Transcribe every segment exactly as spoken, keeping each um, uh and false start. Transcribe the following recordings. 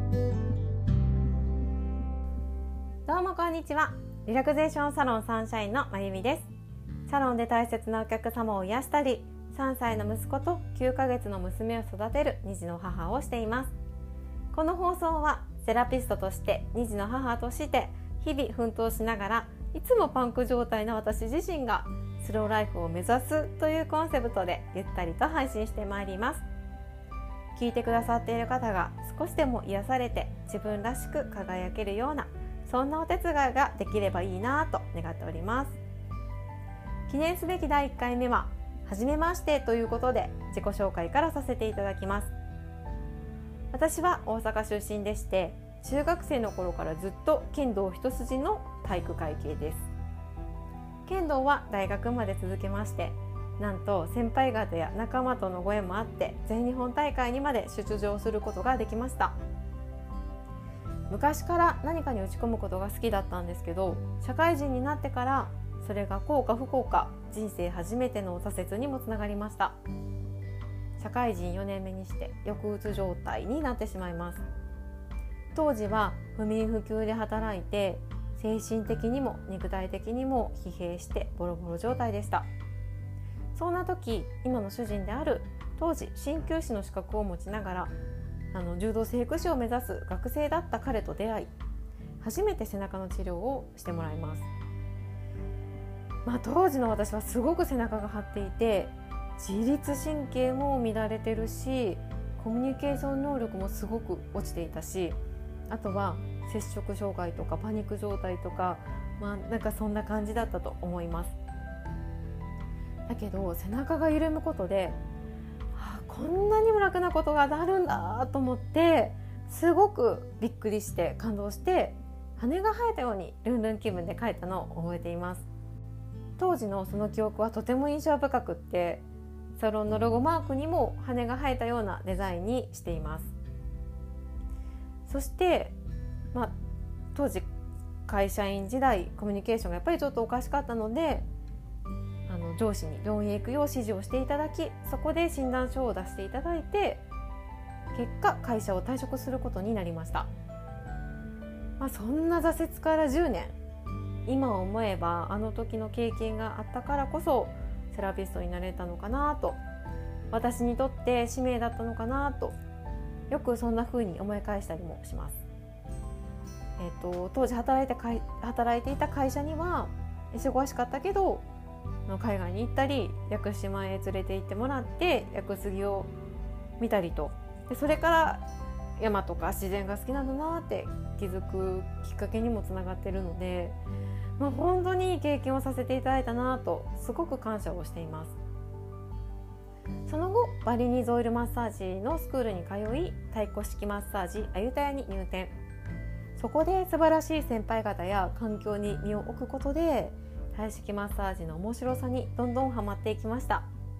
どうもこんにちは。リラクゼーションサロンサンシャインのまゆみです。サロンで大切なお客様を癒したり、さんさいの息子ときゅうかげつの娘を育てるに児の母をしています。この放送はセラピストとしてに児の母として日々奮闘しながら、いつもパンク状態の私自身がスローライフを目指すというコンセプトでゆったりと配信してまいります。聞いてくださっている方が少しでも癒されて自分らしく輝けるような、そんなお手伝いができればいいなと願っております。記念すべきだいいっかいめははじめましてということで、自己紹介からさせていただきます。私は大阪出身でして、中学生の頃からずっと剣道一筋の体育会系です。剣道は大学まで続けまして、なんと先輩方や仲間とのご縁もあって全日本大会にまで出場することができました。昔から何かに打ち込むことが好きだったんですけど、社会人になってからそれが幸か不幸か、人生初めての挫折にもつながりました。社会人よねんめにして抑うつ状態になってしまいます。当時は不眠不休で働いて、精神的にも肉体的にも疲弊してボロボロ状態でした。そんな時、今の主人である当時鍼灸師の資格を持ちながらあの柔道整復師を目指す学生だった彼と出会い、初めて背中の治療をしてもらいます。まあ、当時の私はすごく背中が張っていて、自律神経も乱れてるし、コミュニケーション能力もすごく落ちていたし、あとは摂食障害とかパニック状態とか、まあなんかそんな感じだったと思います。だけど背中が緩むことで、あ、こんなにも楽なことがあるんだと思って、すごくびっくりして感動して、羽が生えたようにルンルン気分で帰ったのを覚えています。当時のその記憶はとても印象深くって、サロンのロゴマークにも羽が生えたようなデザインにしています。そして、まあ、当時会社員時代コミュニケーションがやっぱりちょっとおかしかったので、あの上司に病院へ行くよう指示をしていただき、そこで診断書を出していただいて、結果会社を退職することになりました。まあ、そんな挫折からじゅうねん、今思えばあの時の経験があったからこそセラピストになれたのかなと、私にとって使命だったのかなと、よくそんな風に思い返したりもします。えっと、当時働いてかい働いていた会社には忙しかったけど、海外に行ったり屋久島へ連れて行ってもらって屋久杉を見たりと、でそれから山とか自然が好きなんだなって気づくきっかけにもつながっているので、まあ、本当にいい経験をさせていただいたなとすごく感謝をしています。その後バリニーズオイルマッサージのスクールに通い、太鼓式マッサージあゆたやに入店。そこで素晴らしい先輩方や環境に身を置くことで、太式マッサージの面白さにどんどんハマっていきました。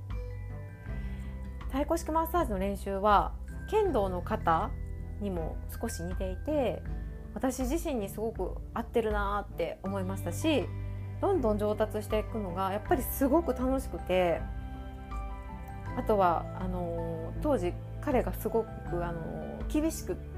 太鼓式マッサージの練習は剣道の型にも少し似ていて、私自身にすごく合ってるなって思いましたし、どんどん上達していくのがやっぱりすごく楽しくて、あとはあの当時彼がすごくあの厳しくって、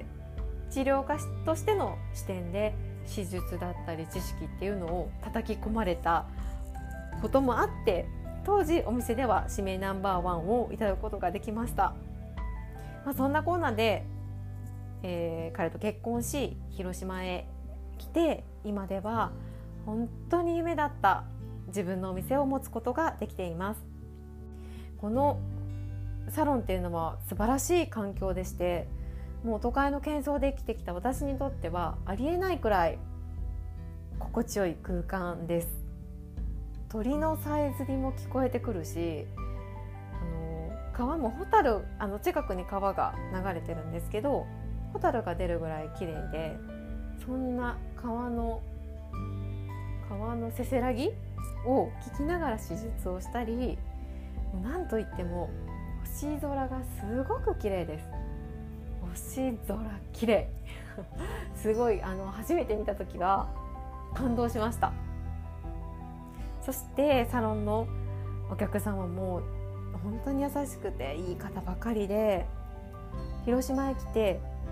治療家としての視点で手術だったり知識っていうのを叩き込まれたこともあって、当時お店では指名ナンバーワンをいただくことができました。まあ、そんなコーナーで、えー、彼と結婚し広島へ来て、今では本当に夢だった自分のお店を持つことができています。このサロンっていうのは素晴らしい環境でして、もう都会の喧騒で生きてきた私にとってはありえないくらい心地よい空間です。鳥のさえずりも聞こえてくるし、あの川もホタル、あの近くに川が流れてるんですけど、ホタルが出るぐらい綺麗で、そんな川の川のせせらぎを聞きながら手術をしたり、なんといっても星空がすごく綺麗です。星空綺麗すごい、あの初めて見た時は感動しました。そしてサロンのお客様も本当に優しくていい方ばかりで、広島へ来てち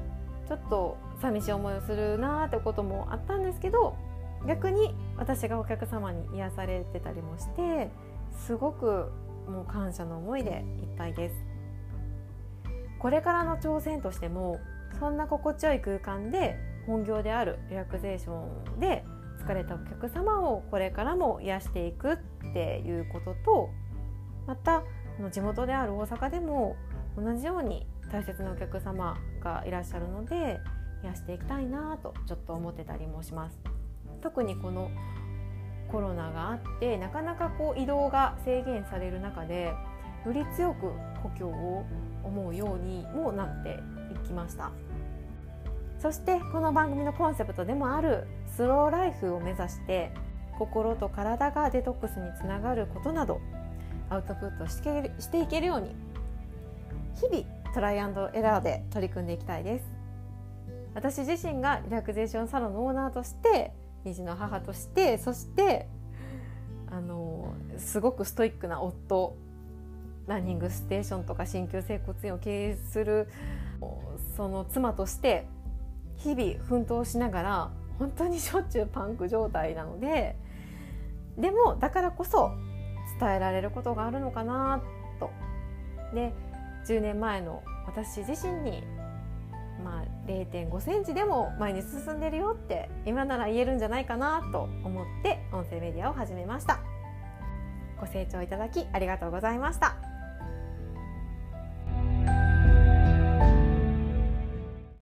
ちょっと寂しい思いをするなーってこともあったんですけど、逆に私がお客様に癒されてたりもして、すごくもう感謝の思いでいっぱいです。これからの挑戦としても、そんな心地よい空間で本業であるリラクゼーションで疲れたお客様をこれからも癒していくっていうことと、また地元である大阪でも同じように大切なお客様がいらっしゃるので、癒していきたいなとちょっと思ってたりもします。特にこのコロナがあってなかなかこう移動が制限される中で、より強く故郷を思うようにもなっていきました。そしてこの番組のコンセプトでもあるスローライフを目指して、心と体がデトックスにつながることなどアウトプットしてしていけるように、日々トライアンドエラーで取り組んでいきたいです。私自身がリラクゼーションサロンのオーナーとして、に児の母として、そしてあのすごくストイックな夫、ランニングステーションとか鍼灸整骨院を経営するその妻として日々奮闘しながら、本当にしょっちゅうパンク状態なので、でもだからこそ伝えられることがあるのかなと。で、じゅうねんまえの私自身に、まあ、れいてんごセンチでも前に進んでるよって今なら言えるんじゃないかなと思って音声メディアを始めました。ご清聴いただきありがとうございました。